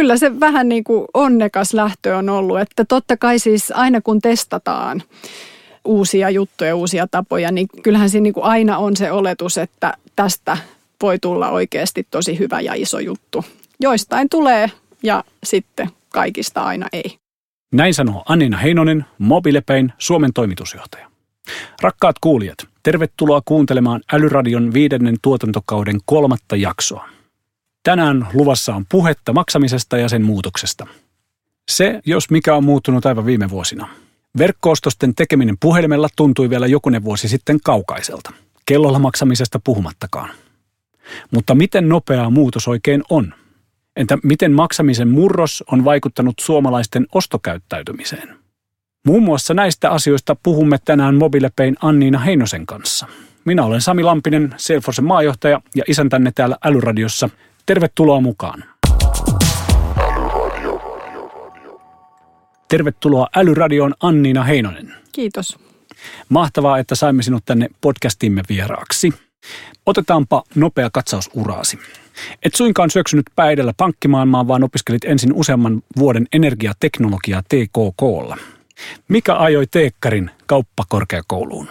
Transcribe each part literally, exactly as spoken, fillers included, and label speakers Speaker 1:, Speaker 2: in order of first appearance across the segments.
Speaker 1: kyllä se vähän niin kuin onnekas lähtö on ollut, että totta kai siis aina kun testataan uusia juttuja, uusia tapoja, niin kyllähän siinä niin kuin aina on se oletus, että tästä voi tulla oikeasti tosi hyvä ja iso juttu. Joistain tulee ja sitten kaikista aina ei.
Speaker 2: Näin sanoo Anniina Heinonen, Mobilepayn Suomen toimitusjohtaja. Rakkaat kuulijat, tervetuloa kuuntelemaan Älyradion viidennen tuotantokauden kolmatta jaksoa. Tänään luvassa on puhetta maksamisesta ja sen muutoksesta. Se, jos mikä on muuttunut aivan viime vuosina. Verkko-ostosten tekeminen puhelimella tuntui vielä jokunen vuosi sitten kaukaiselta. Kellolla maksamisesta puhumattakaan. Mutta miten nopeaa muutos oikein on? Entä miten maksamisen murros on vaikuttanut suomalaisten ostokäyttäytymiseen? Muun muassa näistä asioista puhumme tänään Mobilepayn Anniina Heinosen kanssa. Minä olen Sami Lampinen, Salesforcen maajohtaja ja isäntänne täällä Älyradiossa. Tervetuloa mukaan. Tervetuloa Älyradioon Anniina Heinonen.
Speaker 1: Kiitos.
Speaker 2: Mahtavaa, että saimme sinut tänne podcastimme vieraaksi. Otetaanpa nopea katsaus uraasi. Et suinkaan syöksynyt pää edellä pankkimaailmaan, vaan opiskelit ensin useamman vuoden energiateknologiaa T K K:lla. Mikä ajoi teekkarin kauppakorkeakouluun?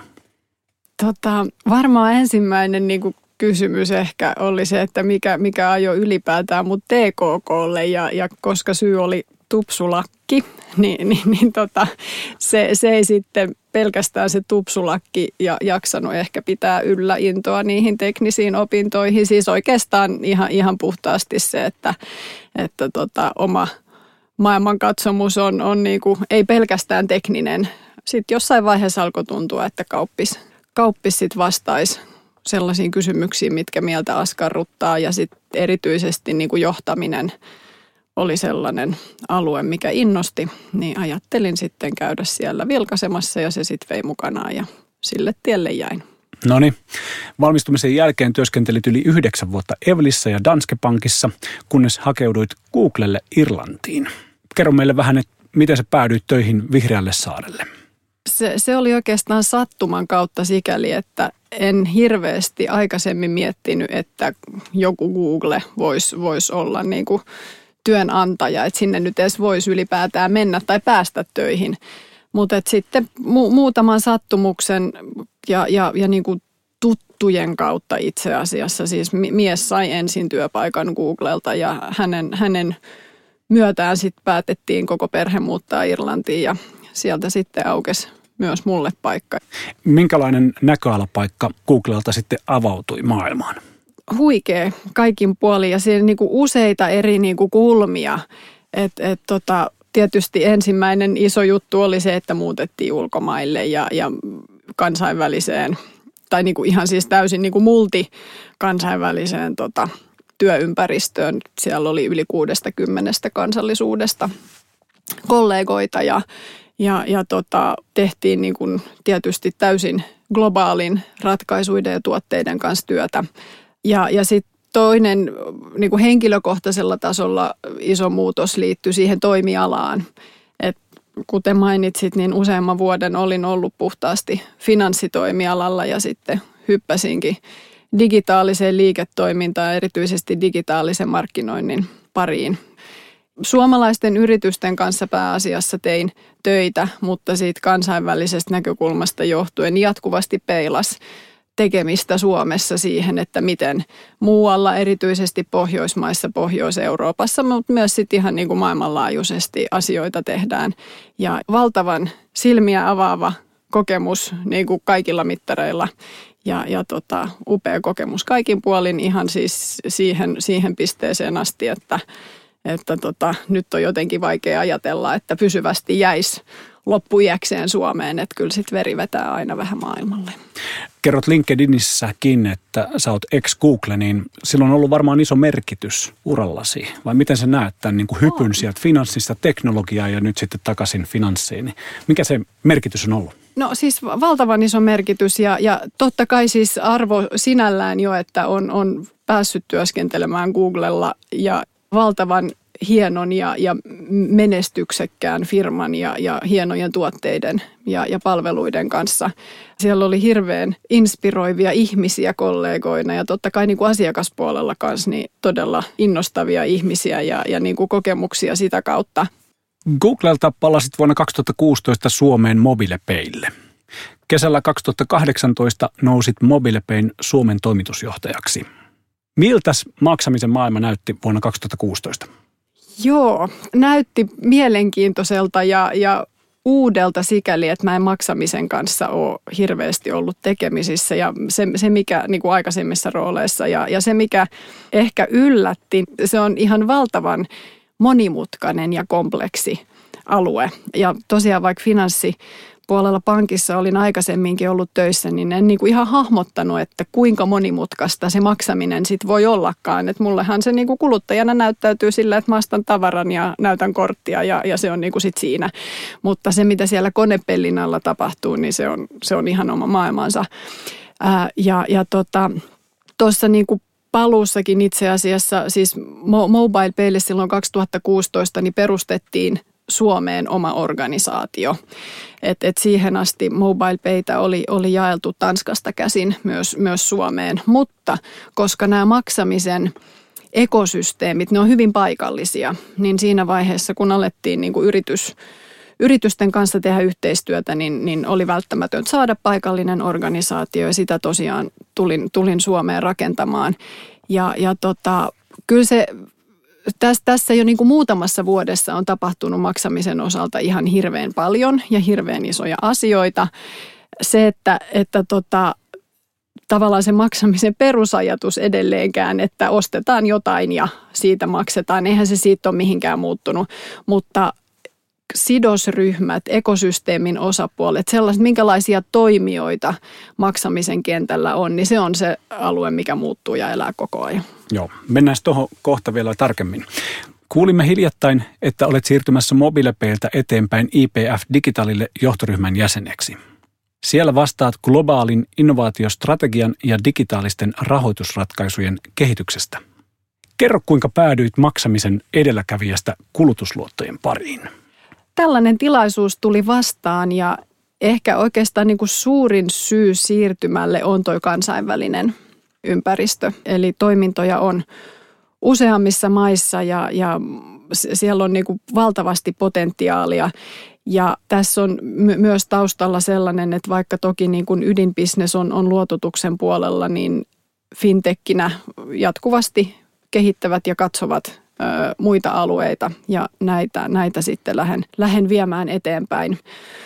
Speaker 1: Tota, varmaan ensimmäinen niin kuin kysymys ehkä oli se, että mikä, mikä ajoi ylipäätään mut T K K:lle ja, ja koska syy oli tupsulakki, niin, niin, niin tota, se, se ei sitten pelkästään se tupsulakki ja jaksanut ehkä pitää yllä intoa niihin teknisiin opintoihin. Siis oikeastaan ihan, ihan puhtaasti se, että, että tota, oma maailmankatsomus on, on niinku, ei pelkästään tekninen. Sitten jossain vaiheessa alkoi tuntua, että kauppis, kauppis sit vastaisi sellaisiin kysymyksiin, mitkä mieltä askarruttaa ja sitten erityisesti niinku johtaminen oli sellainen alue, mikä innosti, niin ajattelin sitten käydä siellä vilkaisemassa ja se sitten vei mukanaan ja sille tielle jäin.
Speaker 2: No niin. Valmistumisen jälkeen työskentelit yli yhdeksän vuotta Evlissä ja Danske Bankissa, kunnes hakeuduit Googlelle Irlantiin. Kerro meille vähän, että miten sä päädyit töihin Vihreälle saarelle.
Speaker 1: Se, se oli oikeastaan sattuman kautta sikäli, että en hirveästi aikaisemmin miettinyt, että joku Google voisi vois olla niin kuin työnantaja, että sinne nyt edes voisi ylipäätään mennä tai päästä töihin. Mutta sitten mu- muutaman sattumuksen ja, ja, ja niin kuin tuttujen kautta itse asiassa, siis mies sai ensin työpaikan Googlelta ja hänen, hänen myötään sitten päätettiin koko perhe muuttaa Irlantiin ja sieltä sitten aukesi myös mulle paikka.
Speaker 2: Minkälainen näköalapaikka Googlelta sitten avautui maailmaan?
Speaker 1: Huikea kaikin puolin ja siinä niinku useita eri niinku kulmia. Et, et tota, tietysti ensimmäinen iso juttu oli se, että muutettiin ulkomaille ja, ja kansainväliseen, tai niinku ihan siis täysin niinku multikansainväliseen tota, työympäristöön. Siellä oli yli kuudestakymmenestä kansallisuudesta kollegoita ja, ja, ja tota, tehtiin niinku tietysti täysin globaalin ratkaisuiden ja tuotteiden kanssa työtä. Ja, ja sitten toinen niin kuin henkilökohtaisella tasolla iso muutos liittyy siihen toimialaan. Et kuten mainitsit, niin useamman vuoden olin ollut puhtaasti finanssitoimialalla ja sitten hyppäsinkin digitaaliseen liiketoimintaan, erityisesti digitaalisen markkinoinnin pariin. Suomalaisten yritysten kanssa pääasiassa tein töitä, mutta siitä kansainvälisestä näkökulmasta johtuen jatkuvasti peilas tekemistä Suomessa siihen, että miten muualla, erityisesti Pohjoismaissa, Pohjois-Euroopassa, mutta myös sitten ihan niin kuin maailmanlaajuisesti asioita tehdään. Ja valtavan silmiä avaava kokemus niin kuin kaikilla mittareilla ja, ja tota, upea kokemus kaikin puolin ihan siis siihen, siihen pisteeseen asti, että, että tota, nyt on jotenkin vaikea ajatella, että pysyvästi jäisi loppuiäkseen Suomeen, että kyllä sitten veri vetää aina vähän maailmalle.
Speaker 2: Kerrot LinkedInissäkin, että sä oot ex-Google, niin sillä on ollut varmaan iso merkitys urallasi. Vai miten sä näet tämän niin kuin hypyn sieltä finanssista teknologiaa ja nyt sitten takaisin finanssiin? Mikä se merkitys on ollut?
Speaker 1: No siis valtavan iso merkitys ja, ja totta kai siis arvo sinällään jo, että on, on päässyt työskentelemään Googlella ja valtavan hienon ja, ja menestyksekkään firman ja, ja hienojen tuotteiden ja, ja palveluiden kanssa. Siellä oli hirveän inspiroivia ihmisiä kollegoina ja totta kai niin kuin asiakaspuolella kanssa niin todella innostavia ihmisiä ja, ja niin kuin kokemuksia sitä kautta.
Speaker 2: Googlelta palasit vuonna kaksituhattakuusitoista Suomeen MobilePaylle. Kesällä kaksituhattakahdeksantoista nousit MobilePayn Suomen toimitusjohtajaksi. Miltäs maksamisen maailma näytti vuonna kaksituhattakuusitoista?
Speaker 1: Joo, näytti mielenkiintoiselta ja, ja uudelta sikäli, että mä en maksamisen kanssa ole hirveästi ollut tekemisissä ja se, se mikä niin kuin aikaisemmissa rooleissa ja, ja se mikä ehkä yllätti, se on ihan valtavan monimutkainen ja kompleksi alue ja tosiaan vaikka finanssipuolella pankissa olin aikaisemminkin ollut töissä, niin en niin kuin ihan hahmottanut, että kuinka monimutkaista se maksaminen sitten voi ollakaan. Että mullehan se niin kuin kuluttajana näyttäytyy sillä, että mä ostan tavaran ja näytän korttia ja, ja se on niin kuin sit siinä. Mutta se, mitä siellä konepellin alla tapahtuu, niin se on, se on ihan oma maailmansa. Ää, ja ja tota, tuossa niin kuin paluussakin itse asiassa, siis MobilePaylle silloin kaksituhattakuusitoista niin perustettiin Suomeen oma organisaatio. Et, et siihen asti MobilePaytä oli, oli jaeltu Tanskasta käsin myös, myös Suomeen, mutta koska nämä maksamisen ekosysteemit, ne on hyvin paikallisia, niin siinä vaiheessa kun alettiin niin kuin yritys, yritysten kanssa tehdä yhteistyötä, niin, niin oli välttämätöntä saada paikallinen organisaatio ja sitä tosiaan tulin, tulin Suomeen rakentamaan. Ja, ja tota, kyllä se Tässä, tässä jo niin kuin muutamassa vuodessa on tapahtunut maksamisen osalta ihan hirveän paljon ja hirveän isoja asioita. Se, että, että tota, tavallaan se maksamisen perusajatus edelleenkään, että ostetaan jotain ja siitä maksetaan, eihän se siitä ole mihinkään muuttunut, mutta sidosryhmät, ekosysteemin osapuolet, sellaiset minkälaisia toimijoita maksamisen kentällä on, niin se on se alue, mikä muuttuu ja elää koko ajan.
Speaker 2: Joo, mennään tuohon kohta vielä tarkemmin. Kuulimme hiljattain, että olet siirtymässä MobilePayltä eteenpäin I P F Digitalille johtoryhmän jäseneksi. Siellä vastaat globaalin innovaatiostrategian ja digitaalisten rahoitusratkaisujen kehityksestä. Kerro, kuinka päädyit maksamisen edelläkävijästä kulutusluottojen pariin.
Speaker 1: Tällainen tilaisuus tuli vastaan ja ehkä oikeastaan niin kuin suurin syy siirtymälle on toi kansainvälinen ympäristö. Eli toimintoja on useammissa maissa ja, ja siellä on niin kuin valtavasti potentiaalia. Ja tässä on my- myös taustalla sellainen, että vaikka toki niin kuin ydinbisnes on, on luototuksen puolella, niin fintechinä jatkuvasti kehittävät ja katsovat ö, muita alueita ja näitä, näitä sitten lähden, lähden viemään eteenpäin.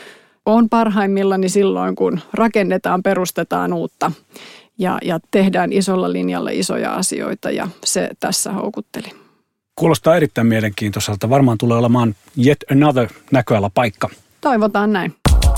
Speaker 1: Olen parhaimmillani silloin, kun rakennetaan, perustetaan uutta ja, ja tehdään isolla linjalla isoja asioita ja se tässä houkutteli.
Speaker 2: Kuulostaa erittäin mielenkiintoiselta. Varmaan tulee olemaan yet another näköalapaikka.
Speaker 1: Toivotaan näin.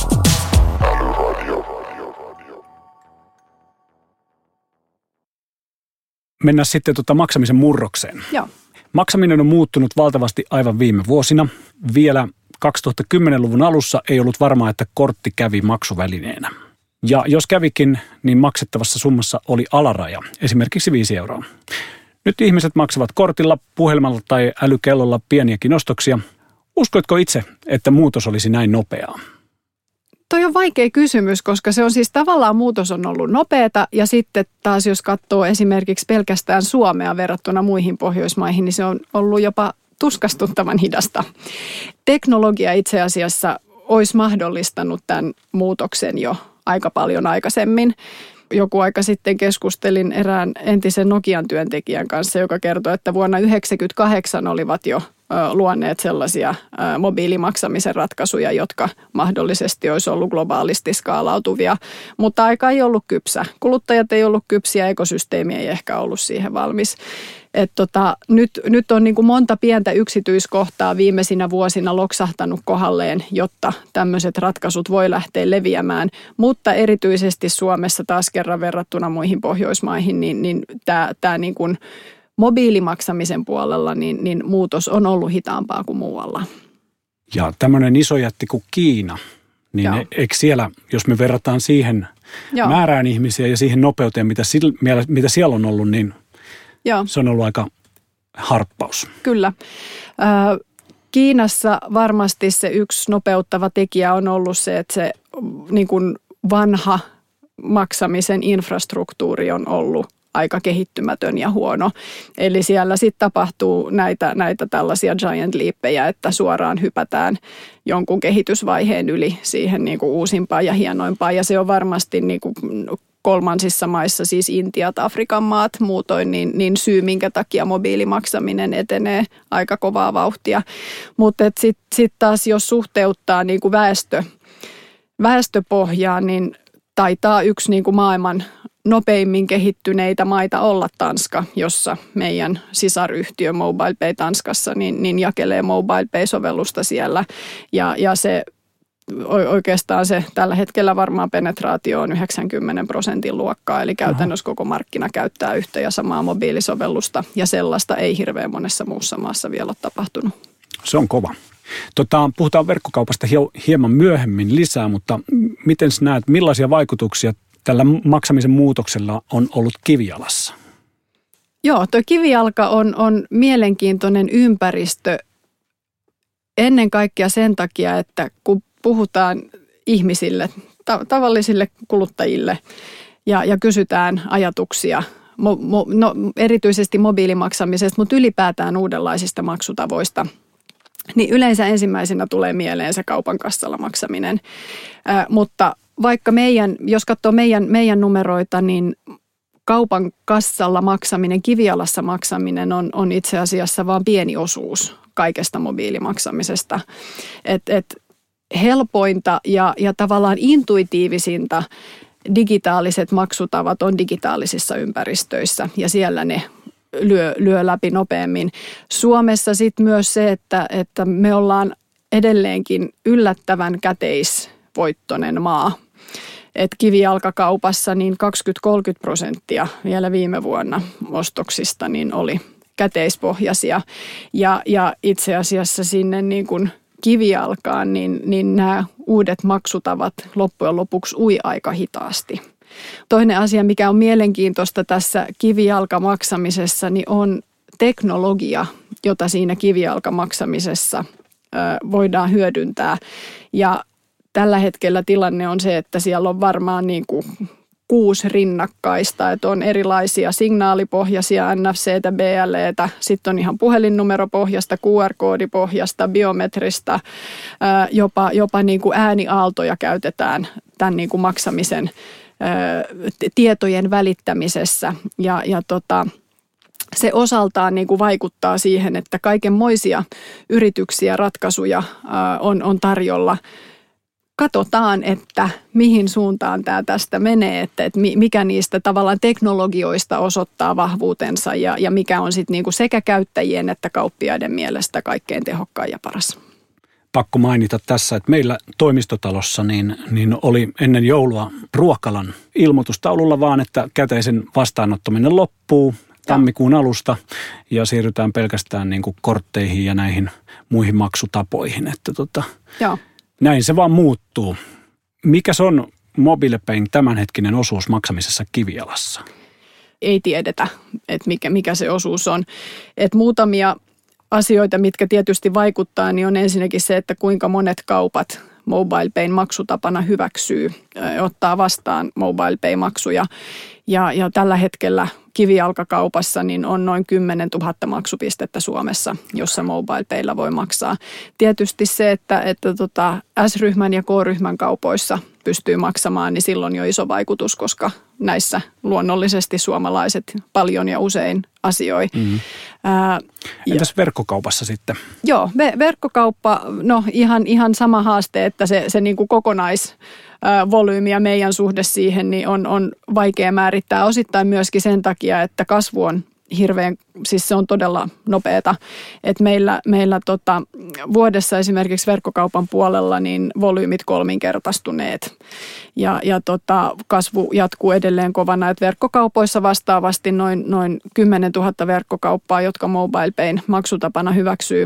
Speaker 2: Mennään sitten tuota maksamisen murrokseen.
Speaker 1: Joo.
Speaker 2: Maksaminen on muuttunut valtavasti aivan viime vuosina. Vielä kaksituhattakymmenluvun alussa ei ollut varmaa, että kortti kävi maksuvälineenä. Ja jos kävikin, niin maksettavassa summassa oli alaraja, esimerkiksi viisi euroa. Nyt ihmiset maksavat kortilla, puhelimella tai älykellolla pieniäkin ostoksia. Uskoitko itse, että muutos olisi näin nopeaa?
Speaker 1: Toi on vaikea kysymys, koska se on siis tavallaan muutos on ollut nopeata ja sitten taas jos katsoo esimerkiksi pelkästään Suomea verrattuna muihin Pohjoismaihin, niin se on ollut jopa tuskastuttavan hidasta. Teknologia itse asiassa olisi mahdollistanut tämän muutoksen jo aika paljon aikaisemmin. Joku aika sitten keskustelin erään entisen Nokian työntekijän kanssa, joka kertoi, että vuonna yhdeksänkymmentäkahdeksan olivat jo luonneet sellaisia mobiilimaksamisen ratkaisuja, jotka mahdollisesti olisi ollut globaalisti skaalautuvia, mutta aika ei ollut kypsä. Kuluttajat ei ollut kypsiä, ekosysteemi ei ehkä ollut siihen valmis. Et tota, nyt, nyt on niin kuin monta pientä yksityiskohtaa viimeisinä vuosina loksahtanut kohdalleen, jotta tämmöiset ratkaisut voi lähteä leviämään, mutta erityisesti Suomessa taas kerran verrattuna muihin Pohjoismaihin, niin, niin tämä, tämä niin kuin mobiilimaksamisen puolella niin, niin muutos on ollut hitaampaa kuin muualla.
Speaker 2: Ja tämmöinen iso jätti kuin Kiina, niin Joo. eikö siellä, jos me verrataan siihen Joo. määrään ihmisiä ja siihen nopeuteen, mitä, sillä, mitä siellä on ollut, niin Joo. se on ollut aika harppaus.
Speaker 1: Kyllä. Kiinassa varmasti se yksi nopeuttava tekijä on ollut se, että se niin kuin vanha maksamisen infrastruktuuri on ollut aika kehittymätön ja huono. Eli siellä sitten tapahtuu näitä, näitä tällaisia giant leapejä, että suoraan hypätään jonkun kehitysvaiheen yli siihen niin kuin uusimpaan ja hienoimpaan. Ja se on varmasti niin kuin kolmansissa maissa, siis Intiat, Afrikan maat muutoin, niin, niin syy, minkä takia mobiilimaksaminen etenee aika kovaa vauhtia. Mutta sitten sit taas, jos suhteuttaa niin kuin väestö, väestöpohjaa, niin taitaa yksi niin kuin maailman nopeimmin kehittyneitä maita olla Tanska, jossa meidän sisaryhtiö MobilePay Tanskassa niin, niin jakelee MobilePay-sovellusta siellä. Ja, ja se oikeastaan se tällä hetkellä varmaan penetraatio on yhdeksänkymmentä prosentin luokkaa, eli käytännössä koko markkina käyttää yhtä ja samaa mobiilisovellusta, ja sellaista ei hirveän monessa muussa maassa vielä ole tapahtunut.
Speaker 2: Se on kova. Tota, puhutaan verkkokaupasta hieman myöhemmin lisää, mutta miten näet, millaisia vaikutuksia tällä maksamisen muutoksella on ollut kivijalassa?
Speaker 1: Joo, tuo kivijalka on, on mielenkiintoinen ympäristö ennen kaikkea sen takia, että kun puhutaan ihmisille, ta- tavallisille kuluttajille ja, ja kysytään ajatuksia, mo, mo, no, erityisesti mobiilimaksamisesta, mutta ylipäätään uudenlaisista maksutavoista, niin yleensä ensimmäisenä tulee mieleen se kaupan kassalla maksaminen. Äh, mutta vaikka meidän, jos katsoo meidän, meidän numeroita, niin kaupan kassalla maksaminen, kivijalassa maksaminen on, on itse asiassa vain pieni osuus kaikesta mobiilimaksamisesta. Et, et helpointa ja, ja tavallaan intuitiivisinta digitaaliset maksutavat on digitaalisissa ympäristöissä ja siellä ne lyö, lyö läpi nopeammin. Suomessa sitten myös se, että, että me ollaan edelleenkin yllättävän käteisvoittoinen maa. Et kivijalkakaupassa niin kaksikymmentä–kolmekymmentä prosenttia vielä viime vuonna ostoksista niin oli käteispohjaisia. Ja, ja itse asiassa sinne niin kuin kivijalkaan niin, niin nämä uudet maksutavat loppujen lopuksi ui aika hitaasti. Toinen asia, mikä on mielenkiintoista tässä kivijalkamaksamisessa, niin on teknologia, jota siinä kivijalkamaksamisessa ö, voidaan hyödyntää. Ja tällä hetkellä tilanne on se, että siellä on varmaan niin kuin kuusi rinnakkaista, että on erilaisia signaalipohjaisia, N F C:tä, B L E:tä, sitten on ihan puhelinnumeropohjasta, Q R-koodipohjasta, biometristä, jopa, jopa niin kuin ääniaaltoja käytetään tämän niin kuin maksamisen tietojen välittämisessä ja, ja tota, se osaltaan niin kuin vaikuttaa siihen, että kaikenmoisia yrityksiä, ratkaisuja on, on tarjolla. Katsotaan, että mihin suuntaan tämä tästä menee, että, että mikä niistä tavallaan teknologioista osoittaa vahvuutensa ja, ja mikä on sitten niinku sekä käyttäjien että kauppiaiden mielestä kaikkein tehokkain ja paras.
Speaker 2: Pakko mainita tässä, että meillä toimistotalossa niin, niin oli ennen joulua Ruokalan ilmoitustaululla vaan, että käteisen vastaanottaminen loppuu tammikuun alusta ja siirrytään pelkästään niin kuin kortteihin ja näihin muihin maksutapoihin, että tota,
Speaker 1: Joo.
Speaker 2: Näin se vaan muuttuu. Mikä se on MobilePayn tämänhetkinen osuus maksamisessa kivijalassa?
Speaker 1: Ei tiedetä, että mikä, mikä se osuus on. Et muutamia asioita, mitkä tietysti vaikuttaa, niin on ensinnäkin se, että kuinka monet kaupat MobilePayn maksutapana hyväksyy, ottaa vastaan MobilePay-maksuja. Ja, ja tällä hetkellä kivijalkakaupassa niin on noin kymmenen tuhatta maksupistettä Suomessa, jossa MobilePaylla voi maksaa. Tietysti se, että, että tota S-ryhmän ja K-ryhmän kaupoissa pystyy maksamaan, niin silloin jo iso vaikutus, koska näissä luonnollisesti suomalaiset paljon ja usein asioi. Mm-hmm. Ää,
Speaker 2: Entäs
Speaker 1: ja,
Speaker 2: verkkokaupassa sitten?
Speaker 1: Joo, verkkokauppa, no ihan, ihan sama haaste, että se, se niin kuin kokonais volyymi ja meidän suhde siihen niin on, on vaikea määrittää osittain myöskin sen takia, että kasvu on hirveän, siis se on todella nopeata. Että meillä, meillä tota, vuodessa esimerkiksi verkkokaupan puolella niin volyymit kolminkertaistuneet ja, ja tota, kasvu jatkuu edelleen kovana. Että verkkokaupoissa vastaavasti noin, noin kymmenen tuhatta verkkokauppaa, jotka MobilePayn maksutapana hyväksyy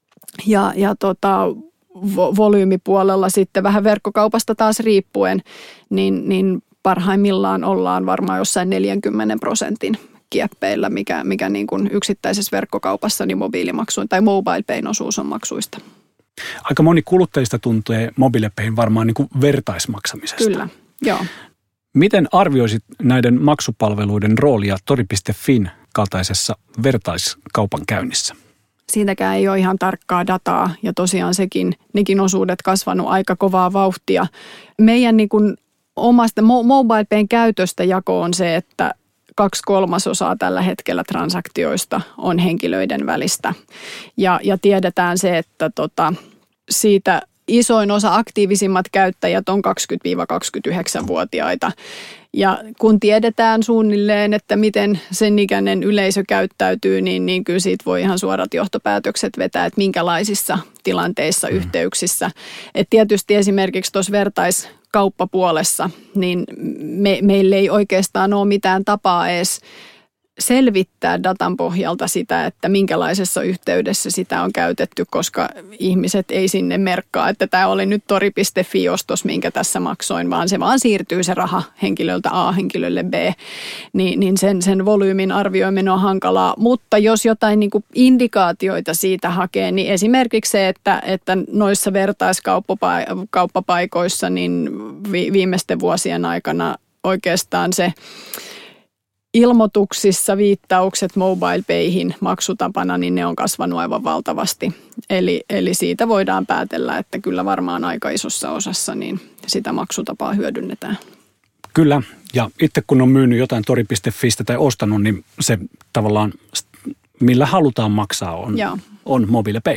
Speaker 1: ja, ja tota, volyymipuolella sitten vähän verkkokaupasta taas riippuen, niin, niin parhaimmillaan ollaan varmaan jossain neljänkymmenen prosentin kieppeillä, mikä, mikä niin kuin yksittäisessä verkkokaupassa niin mobiilimaksuun tai mobile payn osuus on maksuista.
Speaker 2: Aika moni kuluttajista tuntee MobilePayn varmaan niin kuin vertaismaksamisesta.
Speaker 1: Kyllä, joo.
Speaker 2: Miten arvioisit näiden maksupalveluiden roolia tori piste fin kaltaisessa vertaiskaupan käynnissä?
Speaker 1: Siitäkään ei ole ihan tarkkaa dataa ja tosiaan sekin, nekin osuudet kasvanut aika kovaa vauhtia. Meidän niin kuin omasta MobilePayn käytöstä jako on se, että kaksi kolmasosaa tällä hetkellä transaktioista on henkilöiden välistä. Ja, ja tiedetään se, että tota, siitä isoin osa aktiivisimmat käyttäjät on kaksikymmentä–kaksikymmentäyhdeksän-vuotiaita. Ja kun tiedetään suunnilleen, että miten sen ikäinen yleisö käyttäytyy, niin, niin kyllä siitä voi ihan suorat johtopäätökset vetää, että minkälaisissa tilanteissa, mm. yhteyksissä. Et tietysti esimerkiksi tuossa vertaiskauppapuolessa, niin me, meillä ei oikeastaan ole mitään tapaa edes selvittää datan pohjalta sitä, että minkälaisessa yhteydessä sitä on käytetty, koska ihmiset ei sinne merkkaa, että tämä oli nyt tori piste fi-ostos, minkä tässä maksoin, vaan se vaan siirtyy se raha henkilöltä A henkilölle B, niin, niin sen, sen volyymin arvioiminen on hankalaa. Mutta jos jotain niin kuin indikaatioita siitä hakee, niin esimerkiksi se, että, että noissa vertaiskauppapaikoissa niin viimeisten vuosien aikana oikeastaan se ilmoituksissa viittaukset MobilePayhin maksutapana, niin ne on kasvanut aivan valtavasti. Eli, eli siitä voidaan päätellä, että kyllä varmaan aika isossa osassa niin sitä maksutapaa hyödynnetään. Kyllä,
Speaker 2: ja itse kun on myynyt jotain tori piste fistä tai ostanut, niin se tavallaan, millä halutaan maksaa, on, on MobilePay.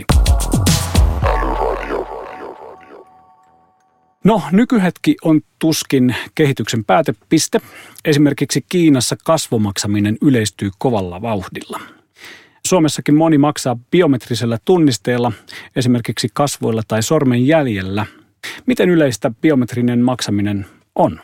Speaker 2: No, nykyhetki on tuskin kehityksen päätepiste. Esimerkiksi Kiinassa kasvomaksaminen yleistyy kovalla vauhdilla. Suomessakin moni maksaa biometrisellä tunnisteella, esimerkiksi kasvoilla tai sormenjäljellä. Miten yleistä biometrinen maksaminen on?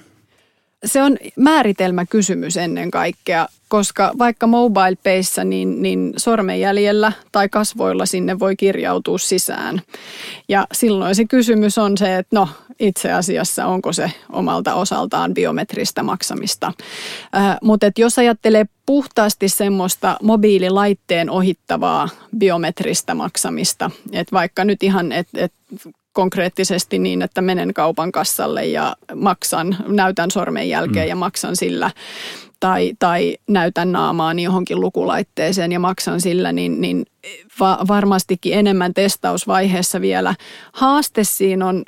Speaker 1: Se on määritelmäkysymys ennen kaikkea, koska vaikka MobilePayssä niin, niin sormenjäljellä tai kasvoilla sinne voi kirjautua sisään. Ja silloin se kysymys on se, että no itse asiassa onko se omalta osaltaan biometristä maksamista. Äh, mutta et jos ajattelee puhtaasti semmoista mobiililaitteen ohittavaa biometristä maksamista, että vaikka nyt ihan, että et, konkreettisesti niin, että menen kaupan kassalle ja maksan, näytän sormenjälkeen mm. ja maksan sillä, tai, tai näytän naamaani johonkin lukulaitteeseen ja maksan sillä, niin, niin va- varmastikin enemmän testausvaiheessa vielä. Haaste siinä on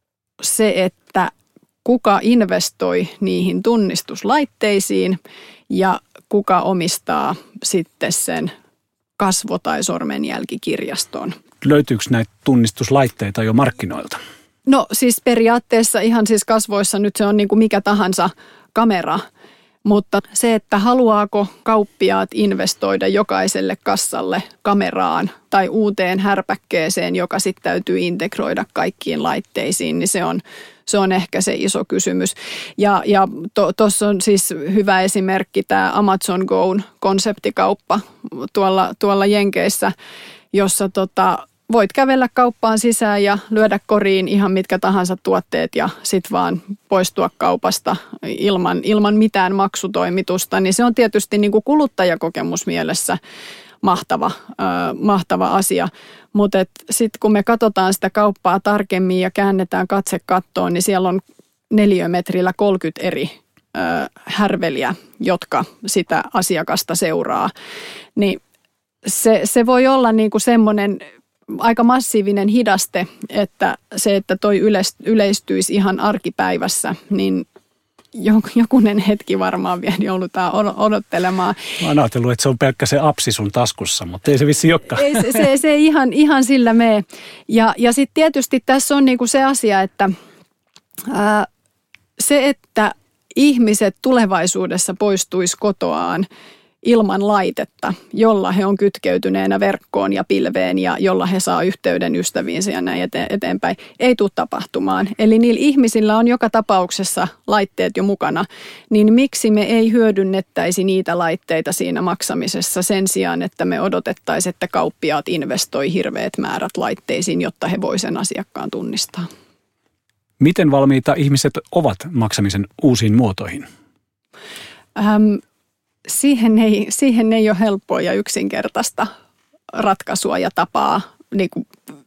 Speaker 1: se, että kuka investoi niihin tunnistuslaitteisiin ja kuka omistaa sitten sen kasvo- tai sormenjälkikirjaston.
Speaker 2: Löytyykö näitä tunnistuslaitteita jo markkinoilta?
Speaker 1: No siis periaatteessa ihan siis kasvoissa nyt se on niin kuin mikä tahansa kamera, mutta se, että haluaako kauppiaat investoida jokaiselle kassalle kameraan tai uuteen härpäkkeeseen, joka sitten täytyy integroida kaikkiin laitteisiin, niin se on, se on ehkä se iso kysymys. Ja, ja tuossa to, on siis hyvä esimerkki tämä Amazon Go'n konseptikauppa tuolla, tuolla Jenkeissä, jossa tota, voit kävellä kauppaan sisään ja lyödä koriin ihan mitkä tahansa tuotteet ja sitten vaan poistua kaupasta ilman, ilman mitään maksutoimitusta. Niin se on tietysti niin kuin kuluttajakokemus mielessä mahtava, äh, mahtava asia. Mutta sitten kun me katsotaan sitä kauppaa tarkemmin ja käännetään katse kattoon, niin siellä on neliömetrillä kolmekymmentä eri äh, härveliä, jotka sitä asiakasta seuraa. Niin se, se voi olla niinku semmoinen aika massiivinen hidaste, että se, että toi yleistyisi ihan arkipäivässä, niin jokunen hetki varmaan vielä joudutaan odottelemaan.
Speaker 2: Mä oon ajatellut, että se on pelkkä se apsi sun taskussa, mutta ei se vissi olekaan.
Speaker 1: Ei, se, se, se ei ihan, ihan sillä mene. Ja, ja sitten tietysti tässä on niinku se asia, että ää, se, että ihmiset tulevaisuudessa poistuisi kotoaan ilman laitetta, jolla he on kytkeytyneenä verkkoon ja pilveen ja jolla he saa yhteyden ystäviinsä ja näin eteenpäin, ei tule tapahtumaan. Eli niillä ihmisillä on joka tapauksessa laitteet jo mukana, niin miksi me ei hyödynnettäisi niitä laitteita siinä maksamisessa sen sijaan, että me odotettaisiin, että kauppiaat investoi hirveät määrät laitteisiin, jotta he voi sen asiakkaan tunnistaa.
Speaker 2: Miten valmiita ihmiset ovat maksamisen uusiin muotoihin?
Speaker 1: Ähm, siihen ei, siihen ei ole helppoa ja yksinkertaista ratkaisua ja tapaa niin kuin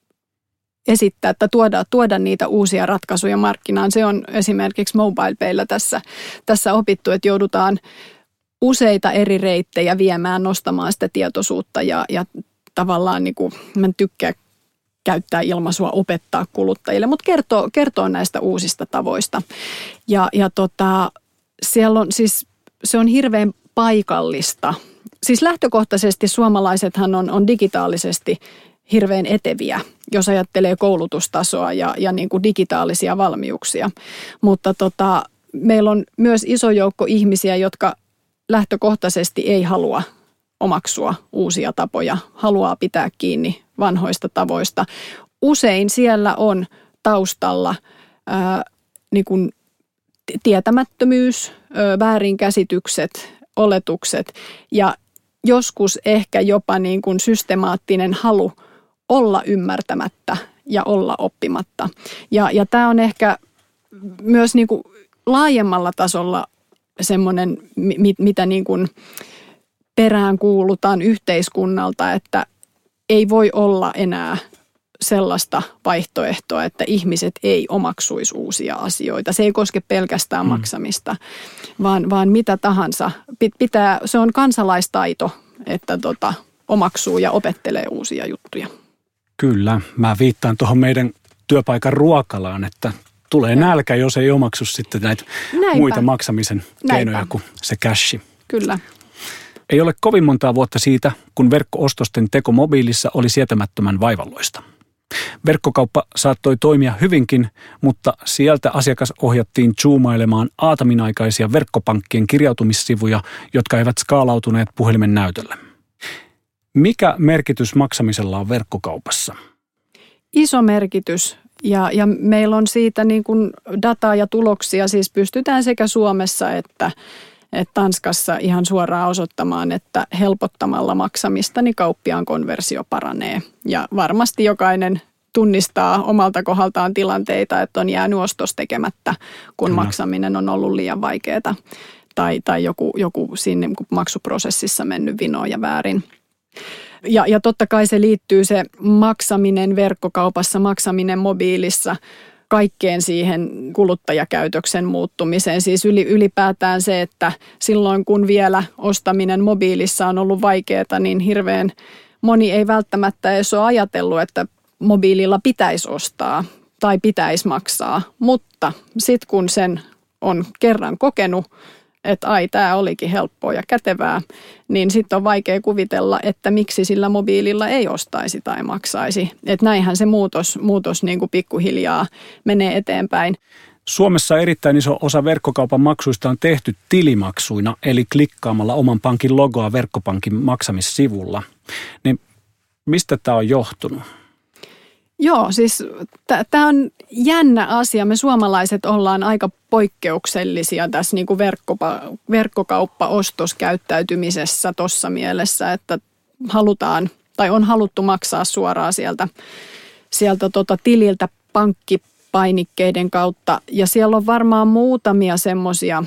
Speaker 1: esittää, että tuoda, tuoda niitä uusia ratkaisuja markkinaan. Se on esimerkiksi MobilePaylla tässä, tässä opittu, että joudutaan useita eri reittejä viemään, nostamaan sitä tietoisuutta ja, ja tavallaan niin kuin, mä en tykkää käyttää ilmaisua opettaa kuluttajille, mutta kertoo, kertoo näistä uusista tavoista. Ja, ja tota, siellä on siis, se on hirveän paikallista. Siis lähtökohtaisesti suomalaisethan on, on digitaalisesti hirveän eteviä, jos ajattelee koulutustasoa ja, ja niin kuin digitaalisia valmiuksia. Mutta tota, meillä on myös iso joukko ihmisiä, jotka lähtökohtaisesti ei halua omaksua uusia tapoja, haluaa pitää kiinni vanhoista tavoista. Usein siellä on taustalla ää, niin kuin tietämättömyys, ää, väärinkäsitykset, oletukset ja joskus ehkä jopa niin kuin systemaattinen halu olla ymmärtämättä ja olla oppimatta. Ja, ja tämä on ehkä myös niin kuin laajemmalla tasolla semmoinen, mit, mitä niin kuin perään kuulutaan yhteiskunnalta, että ei voi olla enää sellaista vaihtoehtoa, että ihmiset ei omaksuisi uusia asioita. Se ei koske pelkästään mm. maksamista, vaan, vaan mitä tahansa. Pitää, se on kansalaistaito, että tota, omaksuu ja opettelee uusia juttuja.
Speaker 2: Kyllä, mä viittaan tuohon meidän työpaikan ruokalaan, että tulee nälkä, jos ei omaksu sitten näitä Näinpä. muita maksamisen keinoja Näinpä. kuin se cashi.
Speaker 1: Kyllä.
Speaker 2: Ei ole kovin montaa vuotta siitä, kun verkko-ostosten teko mobiilissa oli sietämättömän vaivalloista. Verkkokauppa saattoi toimia hyvinkin, mutta sieltä asiakas ohjattiin zoomailemaan aataminaikaisia verkkopankkien kirjautumissivuja, jotka eivät skaalautuneet puhelimen näytölle. Mikä merkitys maksamisella on verkkokaupassa?
Speaker 1: Iso merkitys. Ja, ja meillä on siitä niin kuin dataa ja tuloksia, siis pystytään sekä Suomessa että, että Tanskassa ihan suoraan osoittamaan, että helpottamalla maksamista niin kauppiaan konversio paranee. Ja varmasti jokainen tunnistaa omalta kohdaltaan tilanteita, että on jäänyt ostos tekemättä, kun Kyllä. maksaminen on ollut liian vaikeaa tai, tai joku, joku siinä maksuprosessissa mennyt vinoon ja väärin. Ja, ja totta kai se liittyy se maksaminen verkkokaupassa, maksaminen mobiilissa kaikkeen siihen kuluttajakäytöksen muuttumiseen. Siis ylipäätään se, että silloin kun vielä ostaminen mobiilissa on ollut vaikeaa, niin hirveän moni ei välttämättä edes ole ajatellut, että mobiililla pitäisi ostaa tai pitäisi maksaa. Mutta sitten kun sen on kerran kokenut, että ai, tämä olikin helppoa ja kätevää, niin sitten on vaikea kuvitella, että miksi sillä mobiililla ei ostaisi tai maksaisi. Että näinhän se muutos, muutos niin kuin pikkuhiljaa menee eteenpäin.
Speaker 2: Suomessa erittäin iso osa verkkokaupan maksuista on tehty tilimaksuina, eli klikkaamalla oman pankin logoa verkkopankin maksamissivulla. Niin mistä tämä on johtunut?
Speaker 1: Joo, siis tämä on jännä asia. Me suomalaiset ollaan aika poikkeuksellisia tässä niin kuin verkkopa- verkkokauppa-ostoskäyttäytymisessä tuossa mielessä, että halutaan tai on haluttu maksaa suoraan sieltä, sieltä tota tililtä pankkipainikkeiden kautta. Ja siellä on varmaan muutamia semmoisia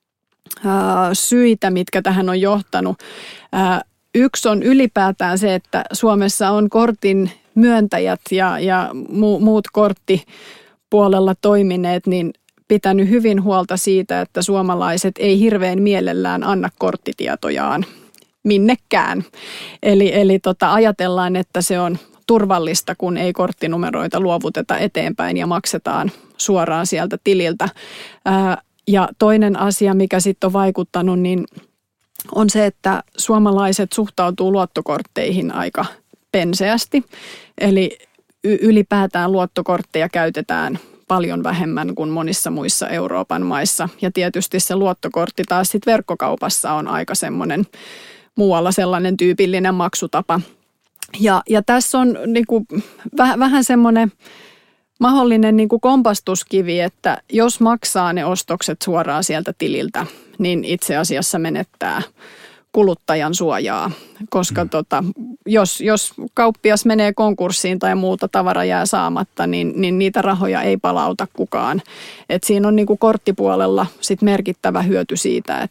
Speaker 1: syitä, mitkä tähän on johtanut. Ää, yksi on ylipäätään se, että Suomessa on kortin myöntäjät ja, ja mu, muut korttipuolella toimineet, niin pitänyt hyvin huolta siitä, että suomalaiset ei hirveän mielellään anna korttitietojaan minnekään. Eli, eli tota, ajatellaan, että se on turvallista, kun ei korttinumeroita luovuteta eteenpäin ja maksetaan suoraan sieltä tililtä. Ää, ja toinen asia, mikä sitten on vaikuttanut, niin on se, että suomalaiset suhtautuu luottokortteihin aika penseästi. Eli ylipäätään luottokortteja käytetään paljon vähemmän kuin monissa muissa Euroopan maissa. Ja tietysti se luottokortti taas sitten verkkokaupassa on aika semmoinen muualla sellainen tyypillinen maksutapa. Ja, ja tässä on niinku väh, vähän semmoinen mahdollinen niinku kompastuskivi, että jos maksaa ne ostokset suoraan sieltä tililtä, niin itse asiassa menettää kuluttajan suojaa, koska mm. tota, jos, jos kauppias menee konkurssiin tai muuta tavara jää saamatta, niin, niin niitä rahoja ei palauta kukaan. Et siinä on niinku korttipuolella sit merkittävä hyöty siitä, että,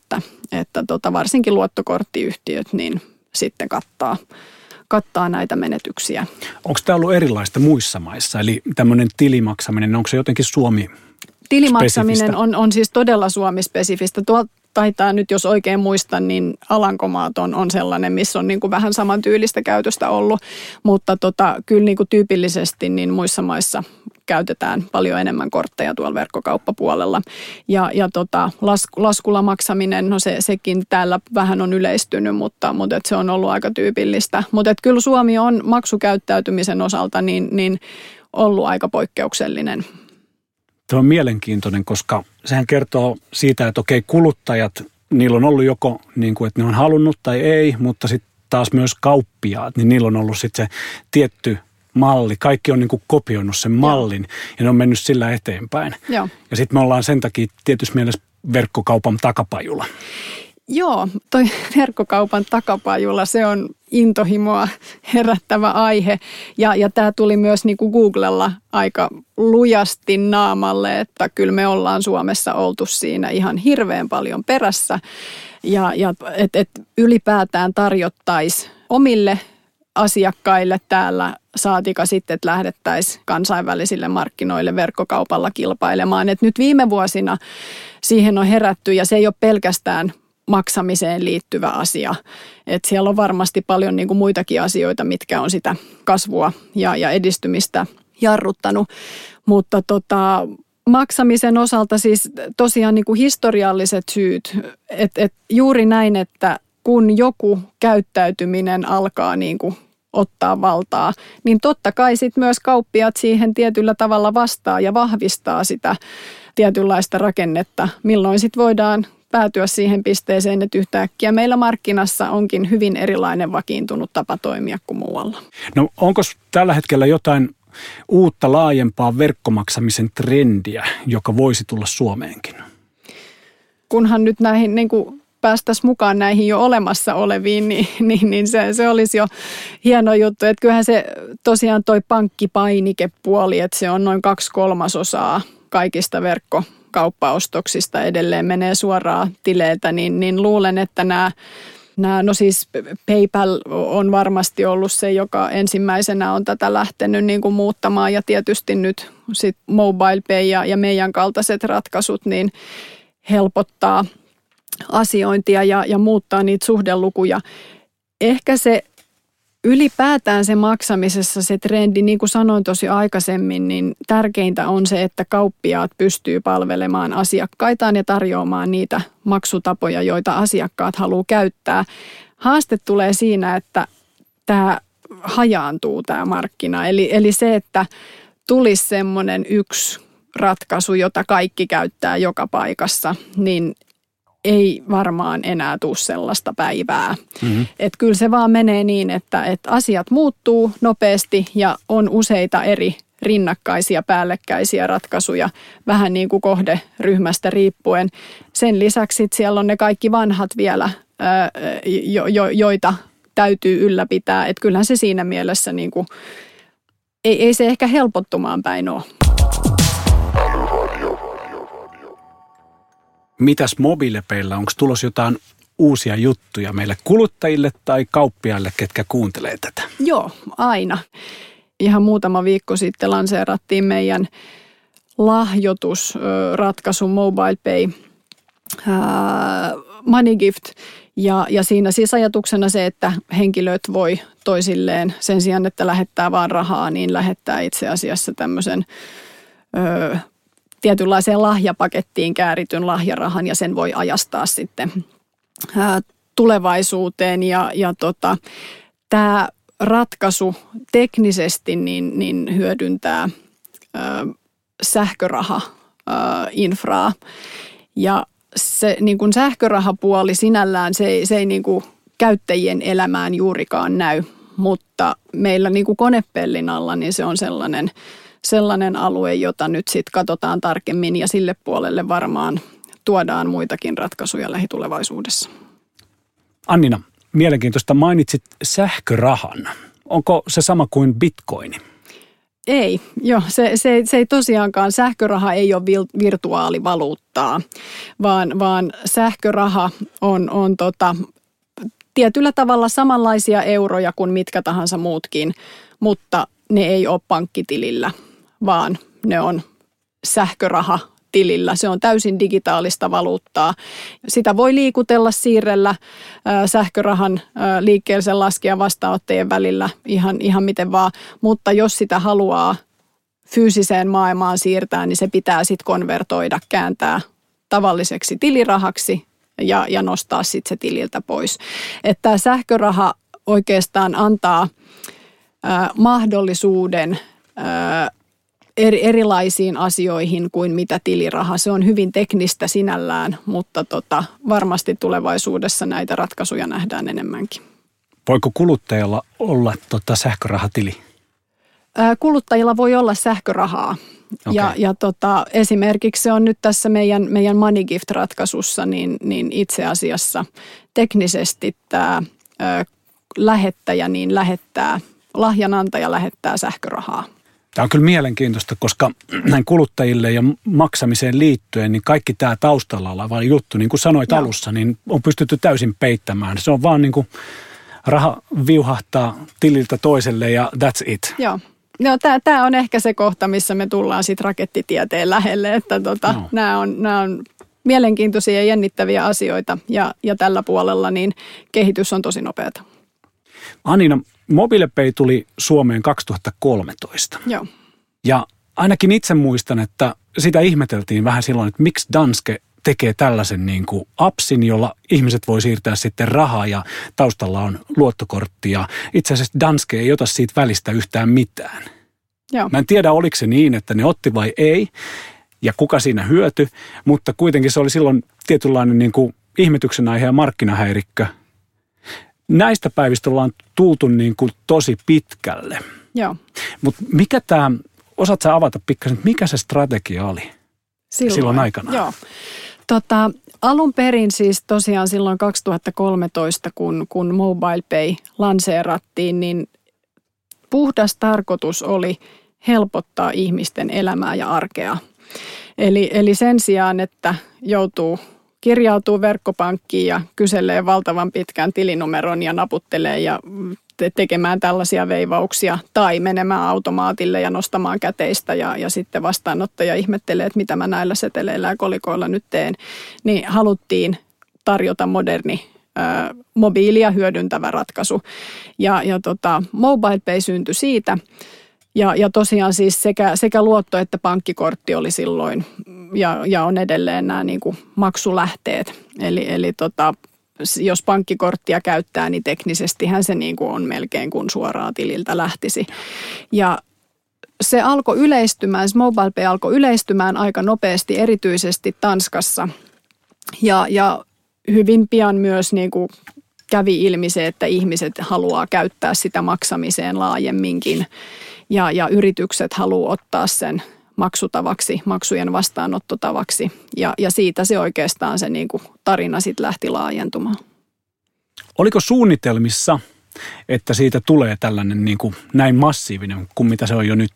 Speaker 1: että tota, varsinkin luottokorttiyhtiöt niin sitten kattaa, kattaa näitä menetyksiä.
Speaker 2: Onko tämä ollut erilaista muissa maissa? Eli tämmöinen tilimaksaminen, onko se jotenkin Suomi
Speaker 1: Tilimaksaminen on, on siis todella Suomi-spesifistä. Tuo taitaa nyt, jos oikein muistan, niin Alankomaat on, on sellainen, missä on niin kuin vähän samantyylistä käytöstä ollut. Mutta tota, kyllä niin kuin tyypillisesti niin muissa maissa käytetään paljon enemmän kortteja tuolla verkkokauppapuolella. Ja, ja tota, lasku, laskulla maksaminen, no se, sekin täällä vähän on yleistynyt, mutta, mutta et se on ollut aika tyypillistä. Mutta et kyllä Suomi on maksukäyttäytymisen osalta niin, niin ollut aika poikkeuksellinen.
Speaker 2: Tämä on mielenkiintoinen, koska sehän kertoo siitä, että okei, kuluttajat, niillä on ollut joko niin kuin, että ne on halunnut tai ei, mutta sitten taas myös kauppiaat, niin niillä on ollut sitten se tietty malli. Kaikki on niin kuin kopioinut sen mallin Joo. ja ne on mennyt sillä eteenpäin. Joo. Ja sitten me ollaan sen takia tietysti mielessä verkkokaupan takapajula.
Speaker 1: Joo, toi verkkokaupan takapajula, se on intohimoa herättävä aihe. Ja, ja tämä tuli myös niin kuin Googlella aika lujasti naamalle, että kyllä me ollaan Suomessa oltu siinä ihan hirveän paljon perässä. Ja, ja että et ylipäätään tarjottaisiin omille asiakkaille täällä, saatika sitten, että lähdettäisiin kansainvälisille markkinoille verkkokaupalla kilpailemaan. Et nyt viime vuosina siihen on herätty ja se ei ole pelkästään maksamiseen liittyvä asia. Et siellä on varmasti paljon niin kuin muitakin asioita, mitkä on sitä kasvua ja, ja edistymistä jarruttanut. Mutta tota, maksamisen osalta siis tosiaan niin kuin historialliset syyt. Et, et juuri näin, että kun joku käyttäytyminen alkaa niin kuin ottaa valtaa, niin totta kai sitten myös kauppiaat siihen tietyllä tavalla vastaa ja vahvistaa sitä tietynlaista rakennetta, milloin sitten voidaan päätyä siihen pisteeseen, että yhtäkkiä meillä markkinassa onkin hyvin erilainen vakiintunut tapa toimia kuin muualla.
Speaker 2: No onko tällä hetkellä jotain uutta laajempaa verkkomaksamisen trendiä, joka voisi tulla Suomeenkin?
Speaker 1: Kunhan nyt näihin niin kuin päästäisiin mukaan näihin jo olemassa oleviin, niin, niin, niin se, se olisi jo hieno juttu. Että kyllähän se tosiaan toi pankkipainikepuoli, että se on noin kaksi kolmasosaa kaikista verkkokauppaostoksista edelleen menee suoraan tileiltä, niin, niin luulen, että nämä, nämä, no siis PayPal on varmasti ollut se, joka ensimmäisenä on tätä lähtenyt niin kuin muuttamaan ja tietysti nyt sit MobilePay ja, ja meidän kaltaiset ratkaisut niin helpottaa asiointia ja, ja muuttaa niitä suhdelukuja. Ehkä se ylipäätään se maksamisessa se trendi, niin kuin sanoin tosi aikaisemmin, niin tärkeintä on se, että kauppiaat pystyy palvelemaan asiakkaitaan ja tarjoamaan niitä maksutapoja, joita asiakkaat haluaa käyttää. Haaste tulee siinä, että tämä hajaantuu tämä markkina. Eli, eli se, että tulisi semmoinen yksi ratkaisu, jota kaikki käyttää joka paikassa, niin ei varmaan enää tule sellaista päivää. Mm-hmm. Että kyllä se vaan menee niin, että, että asiat muuttuu nopeasti ja on useita eri rinnakkaisia päällekkäisiä ratkaisuja, vähän niin kuin kohderyhmästä riippuen. Sen lisäksi siellä on ne kaikki vanhat vielä, jo, jo, joita täytyy ylläpitää. Että kyllähän se siinä mielessä, niin kuin, ei, ei se ehkä helpottumaan päin ole.
Speaker 2: Mitäs MobilePaylla? Onko tulossa jotain uusia juttuja meille kuluttajille tai kauppiaille, ketkä kuuntelee tätä?
Speaker 1: Joo, aina. Ihan muutama viikko sitten lanseerattiin meidän lahjoitusratkaisu MobilePay MoneyGift. Ja, ja siinä siis ajatuksena se, että henkilöt voi toisilleen sen sijaan, että lähettää vaan rahaa, niin lähettää itse asiassa tämmöisen Öö, tietynlaiseen lahjapakettiin käärityn lahjarahan ja sen voi ajastaa sitten ää, tulevaisuuteen. Ja, ja tota, tämä ratkaisu teknisesti niin, niin hyödyntää ää, sähköraha-infraa. Ja se niin kuin sähkörahapuoli sinällään, se ei, se ei niin kuin käyttäjien elämään juurikaan näy, mutta meillä niin kuin konepellin alla niin se on sellainen sellainen alue, jota nyt sitten katsotaan tarkemmin ja sille puolelle varmaan tuodaan muitakin ratkaisuja lähitulevaisuudessa.
Speaker 2: Annina, mielenkiintoista mainitsit sähkörahan. Onko se sama kuin bitcoini?
Speaker 1: Ei, joo, se, se, se ei tosiaankaan, sähköraha ei ole virtuaalivaluuttaa, vaan, vaan sähköraha on, on tota, tietyllä tavalla samanlaisia euroja kuin mitkä tahansa muutkin, mutta ne ei ole pankkitilillä, vaan ne on sähkörahatilillä. Se on täysin digitaalista valuuttaa. Sitä voi liikutella, siirrellä ää, sähkörahan ää, liikkeellisen laskijan vastaanottajien välillä ihan, ihan miten vaan. Mutta jos sitä haluaa fyysiseen maailmaan siirtää, niin se pitää sitten konvertoida, kääntää tavalliseksi tilirahaksi ja, ja nostaa sitten se tililtä pois. Että tämä sähköraha oikeastaan antaa ää, mahdollisuuden ää, eri, erilaisiin asioihin kuin mitä tiliraha. Se on hyvin teknistä sinällään, mutta tota, varmasti tulevaisuudessa näitä ratkaisuja nähdään enemmänkin.
Speaker 2: Voiko kuluttajalla olla tota sähkörahatili?
Speaker 1: Ää, kuluttajilla voi olla sähkörahaa. Okay. Ja, ja tota, esimerkiksi se on nyt tässä meidän, meidän MoneyGift-ratkaisussa, niin, niin itse asiassa teknisesti tämä ää, lähettäjä niin lähettää, lahjanantaja lähettää sähkörahaa.
Speaker 2: Tämä on kyllä mielenkiintoista, koska näin kuluttajille ja maksamiseen liittyen, niin kaikki tämä taustalla oleva juttu, niin kuin sanoit Joo. alussa, niin on pystytty täysin peittämään. Se on vaan niin kuin raha viuhahtaa tililtä toiselle ja that's it.
Speaker 1: Joo. No, tämä on ehkä se kohta, missä me tullaan sitten rakettitieteen lähelle, että tota, no. nämä on, nämä on mielenkiintoisia ja jännittäviä asioita ja, ja tällä puolella niin kehitys on tosi nopeata.
Speaker 2: Anniina, MobilePay tuli Suomeen kaksituhattakolmetoista.
Speaker 1: Joo.
Speaker 2: Ja ainakin itse muistan, että sitä ihmeteltiin vähän silloin, että miksi Danske tekee tällaisen niin kuin appsin, jolla ihmiset voi siirtää sitten rahaa ja taustalla on luottokortti. Ja itse asiassa Danske ei ota siitä välistä yhtään mitään.
Speaker 1: Joo.
Speaker 2: Mä en tiedä, oliko se niin, että ne otti vai ei ja kuka siinä hyötyi, mutta kuitenkin se oli silloin tietynlainen niin kuin ihmetyksen aihe ja markkinahäirikkö. Näistä päivistä ollaan tultu niin kuin tosi pitkälle.
Speaker 1: Joo.
Speaker 2: Mutta mikä tämä, osaat sä avata pikkasen, mikä se strategia oli silloin, silloin aikana?
Speaker 1: Joo. Tota, alun perin siis tosiaan silloin kaksituhattakolmetoista, kun, kun MobilePay lanseerattiin, niin puhdas tarkoitus oli helpottaa ihmisten elämää ja arkea. Eli, eli sen sijaan, että joutuu kirjautuu verkkopankkiin ja kyselee valtavan pitkän tilinumeron ja naputtelee ja te- tekemään tällaisia veivauksia tai menemään automaatille ja nostamaan käteistä ja, ja sitten vastaanottaja ihmettelee, että mitä mä näillä seteleillä ja kolikoilla nyt teen, niin haluttiin tarjota moderni ää, mobiilia hyödyntävä ratkaisu. Ja, ja tota, MobilePay syntyi siitä. Ja, ja tosiaan siis sekä, sekä luotto että pankkikortti oli silloin ja, ja on edelleen nämä niin kuin maksulähteet. Eli, eli tota, jos pankkikorttia käyttää, niin teknisestihän se niin kuin on melkein kuin suoraan tililtä lähtisi. Ja se alkoi yleistymään, se MobilePay alkoi yleistymään aika nopeasti, erityisesti Tanskassa. Ja, ja hyvin pian myös niin kuin kävi ilmi se, että ihmiset haluaa käyttää sitä maksamiseen laajemminkin. Ja, ja yritykset haluaa ottaa sen maksutavaksi, maksujen vastaanottotavaksi. Ja, ja siitä se oikeastaan se niin kuin tarina sitten lähti laajentumaan.
Speaker 2: Oliko suunnitelmissa, että siitä tulee tällainen niin kuin näin massiivinen kuin mitä se on jo nyt?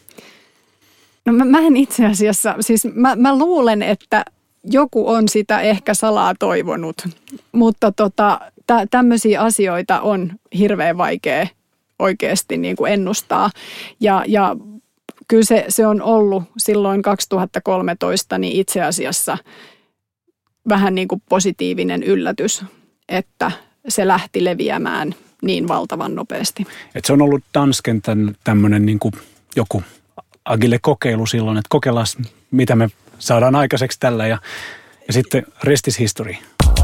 Speaker 1: No mä, mä en itse asiassa, siis mä, mä luulen, että joku on sitä ehkä salaa toivonut. Mutta tota, tä, tämmöisiä asioita on hirveän vaikea oikeasti niin kuin ennustaa. Ja, ja kyllä se, se on ollut silloin kaksituhattakolmetoista niin itse asiassa vähän niin kuin positiivinen yllätys, että se lähti leviämään niin valtavan nopeasti. Et
Speaker 2: se on ollut Dansken tämmöinen niin kuin joku agile kokeilu silloin, että kokeillaan mitä me saadaan aikaiseksi tällä ja, ja sitten rest is history.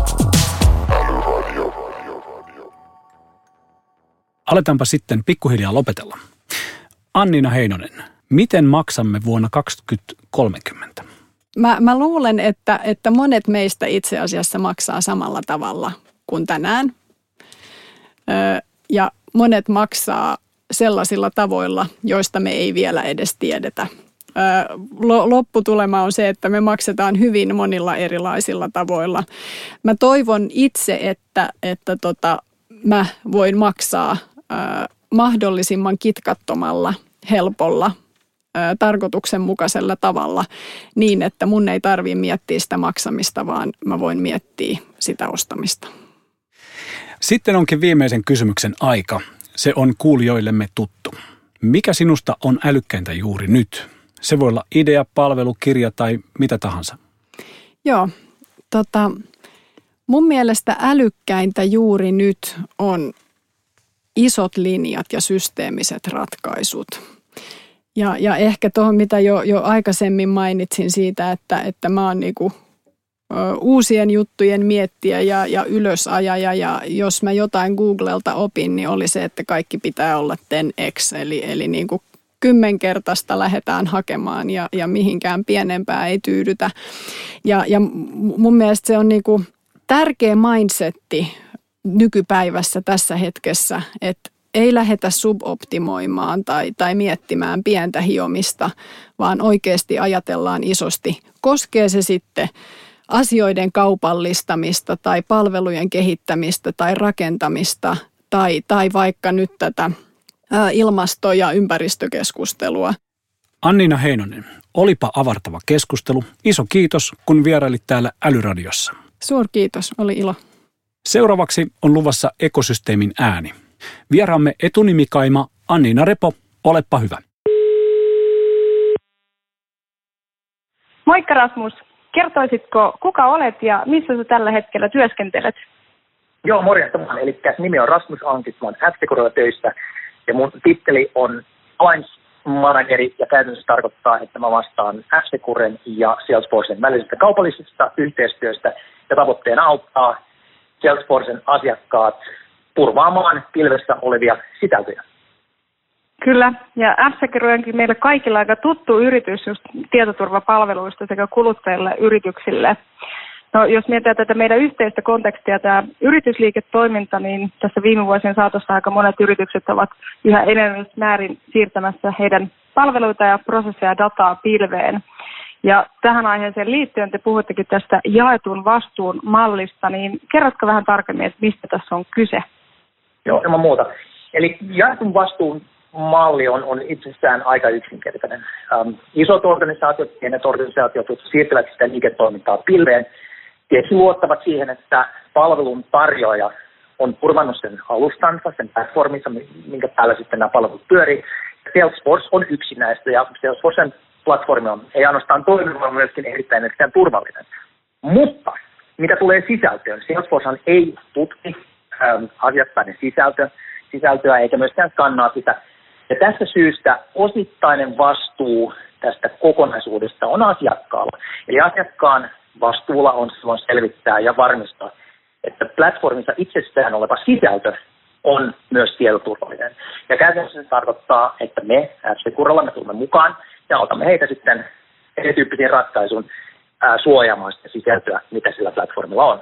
Speaker 2: Aletaanpa sitten pikkuhiljaa lopetella. Anniina Heinonen, miten maksamme vuonna kaksituhattakolmekymmentä?
Speaker 1: Mä, mä luulen, että, että monet meistä itse asiassa maksaa samalla tavalla kuin tänään. Ö, ja monet maksaa sellaisilla tavoilla, joista me ei vielä edes tiedetä. Ö, lopputulema on se, että me maksetaan hyvin monilla erilaisilla tavoilla. Mä toivon itse, että, että tota, mä voin maksaa Äh, mahdollisimman kitkattomalla, helpolla, tarkoituksenmukaisella tavalla niin, että mun ei tarvitse miettiä sitä maksamista, vaan mä voin miettiä sitä ostamista.
Speaker 2: Sitten onkin viimeisen kysymyksen aika. Se on kuulijoillemme tuttu. Mikä sinusta on älykkäintä juuri nyt? Se voi olla idea, palvelu, kirja tai mitä tahansa.
Speaker 1: Joo, tota, mun mielestä älykkäintä juuri nyt on isot linjat ja systeemiset ratkaisut. Ja, ja ehkä tuohon, mitä jo, jo aikaisemmin mainitsin siitä, että, että mä oon niinku, ö, uusien juttujen miettiä ja, ja ylösajaja. Ja jos mä jotain Googlelta opin, niin oli se, että kaikki pitää olla ten x, eli, eli niinku kymmenkertaista lähdetään hakemaan ja, ja mihinkään pienempää ei tyydytä. Ja, ja mun mielestä se on niinku tärkeä mindsetti nykypäivässä tässä hetkessä, että ei lähdetä suboptimoimaan tai, tai miettimään pientä hiomista, vaan oikeasti ajatellaan isosti. Koskee se sitten asioiden kaupallistamista tai palvelujen kehittämistä tai rakentamista tai, tai vaikka nyt tätä ilmasto- ja ympäristökeskustelua.
Speaker 2: Anniina Heinonen, olipa avartava keskustelu. Iso kiitos, kun vierailit täällä Älyradiossa.
Speaker 1: Suurkiitos, oli ilo.
Speaker 2: Seuraavaksi on luvassa ekosysteemin ääni. Vieraamme etunimikaima Anniina Repo, olepa hyvä.
Speaker 3: Moikka Rasmus, kertoisitko kuka olet ja missä sä tällä hetkellä työskentelet?
Speaker 4: Joo, morjesta vaan. Eli nimi on Rasmus Ankis, mä oon F-Securella töissä ja mun titteli on Alliance Manageri ja käytännössä tarkoittaa, että mä vastaan F-Securen ja Salesforcen välisestä kaupallisesta yhteistyöstä ja tavoitteena auttaa Salesforcen asiakkaat turvaamaan pilvessä olevia sisältöjä.
Speaker 3: Kyllä, ja F-Secure onkin meille kaikilla aika tuttu yritys just tietoturvapalveluista sekä kuluttajille ja yrityksille. No, jos mietitään tätä meidän yhteistä kontekstia, tämä yritysliiketoiminta, niin tässä viime vuosien saatossa aika monet yritykset ovat yhä enemmän määrin siirtämässä heidän palveluita ja prosesseja ja dataa pilveen. Ja tähän aiheeseen liittyen te puhuttekin tästä jaetun vastuun mallista, niin kerrotko vähän tarkemmin, että mistä tässä on kyse?
Speaker 4: Joo, ilman muuta. Eli jaetun vastuun malli on, on itsessään aika yksinkertainen. Ähm, isot organisaatiot, pienet organisaatiot, jotka siirtävät sitä liiketoimintaa pilveen, tietysti luottavat siihen, että palvelun tarjoaja on turvannut sen alustansa, sen platforminsa, minkä päällä sitten nämä palvelut pyörii. Salesforce on yksi näistä, ja Salesforcen platformi on ei ainoastaan toimiva, vaan myöskin erittäin, erittäin turvallinen. Mutta mitä tulee sisältöön, Salesforce ei tutki ähm, asiakkaiden sisältöä, sisältöä eikä myöskään skannaa sitä. Ja tästä syystä osittainen vastuu tästä kokonaisuudesta on asiakkaalla. Eli asiakkaan vastuulla on silloin selvittää ja varmistaa, että platformissa itsessään oleva sisältö on myös tietoturvallinen. Ja käytännössä se tarkoittaa, että me F-Securella me tulemme mukaan ja autamme heitä sitten erityyppisiin ratkaisuun ää, suojaamaan sitä sisältöä, mitä sillä platformilla on.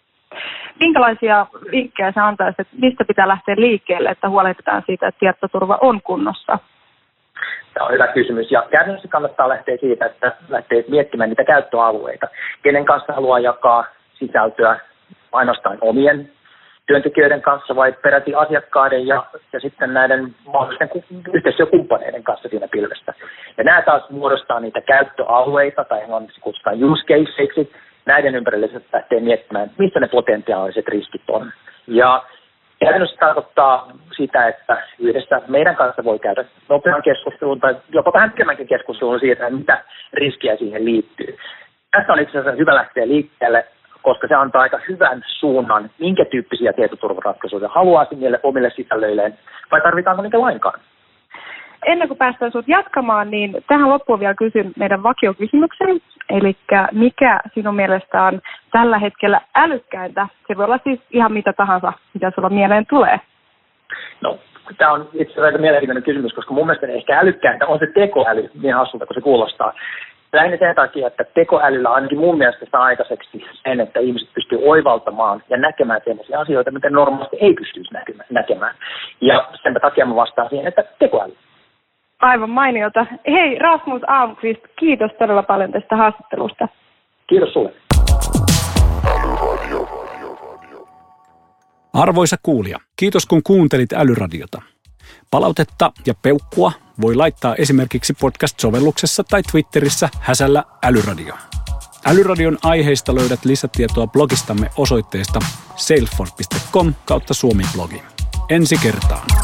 Speaker 3: Minkälaisia vinkkejä sä antaisit, että mistä pitää lähteä liikkeelle, että huolehditaan siitä, että tietoturva on kunnossa?
Speaker 4: Tämä on hyvä kysymys. Ja käytännössä kannattaa lähteä siitä, että lähtee miettimään niitä käyttöalueita. Kenen kanssa haluaa jakaa sisältöä ainoastaan omien työntekijöiden kanssa vai peräti asiakkaiden ja, ja sitten näiden mahdollisten yhteistyökumppaneiden kanssa siinä pilvestä. Ja nämä taas muodostaa niitä käyttöalueita tai englanniksi kutsutaan use caseiksi. Näiden ympärille se lähtee miettimään, missä ne potentiaaliset riskit on. Ja käytännössä tarkoittaa sitä, että yhdessä meidän kanssa voi käydä nopean keskustelun tai jopa vähän pikemmänkin keskustelun siitä, mitä riskiä siihen liittyy. Tässä on itse asiassa hyvä lähteä liikkeelle, koska se antaa aika hyvän suunnan, minkä tyyppisiä tietoturvaratkaisuja haluaa niille omille sisällöilleen, vai tarvitaanko niitä lainkaan.
Speaker 3: Ennen kuin päästään sinut jatkamaan, niin tähän loppuun vielä kysyn meidän vakiokysymyksen. Eli mikä sinun mielestä on tällä hetkellä älykkäintä? Se voi olla siis ihan mitä tahansa, mitä sulla mieleen tulee.
Speaker 4: No, tämä on itse asiassa aika mielenkiintoinen kysymys, koska mun mielestä ehkä älykkäintä on se tekoäly, niin hassulta kuin se kuulostaa. Lähinnä sen takia, että tekoälyllä ainakin mun mielestä saa aikaiseksi sen, että ihmiset pystyy oivaltamaan ja näkemään sellaisia asioita, mitä normaalisti ei pystyisi näkemään. Ja sen takia mä vastaan siihen, että tekoäly.
Speaker 3: Aivan mainiota. Hei Rasmus Almqvist, kiitos todella paljon tästä haastattelusta.
Speaker 4: Kiitos sulle.
Speaker 2: Arvoisa kuulija, kiitos kun kuuntelit Älyradiota. Palautetta ja peukkua voi laittaa esimerkiksi podcast-sovelluksessa tai Twitterissä häsällä Älyradio. Älyradion aiheista löydät lisätietoa blogistamme osoitteesta salesforce piste com kautta suomi blogi. Ensi kertaan.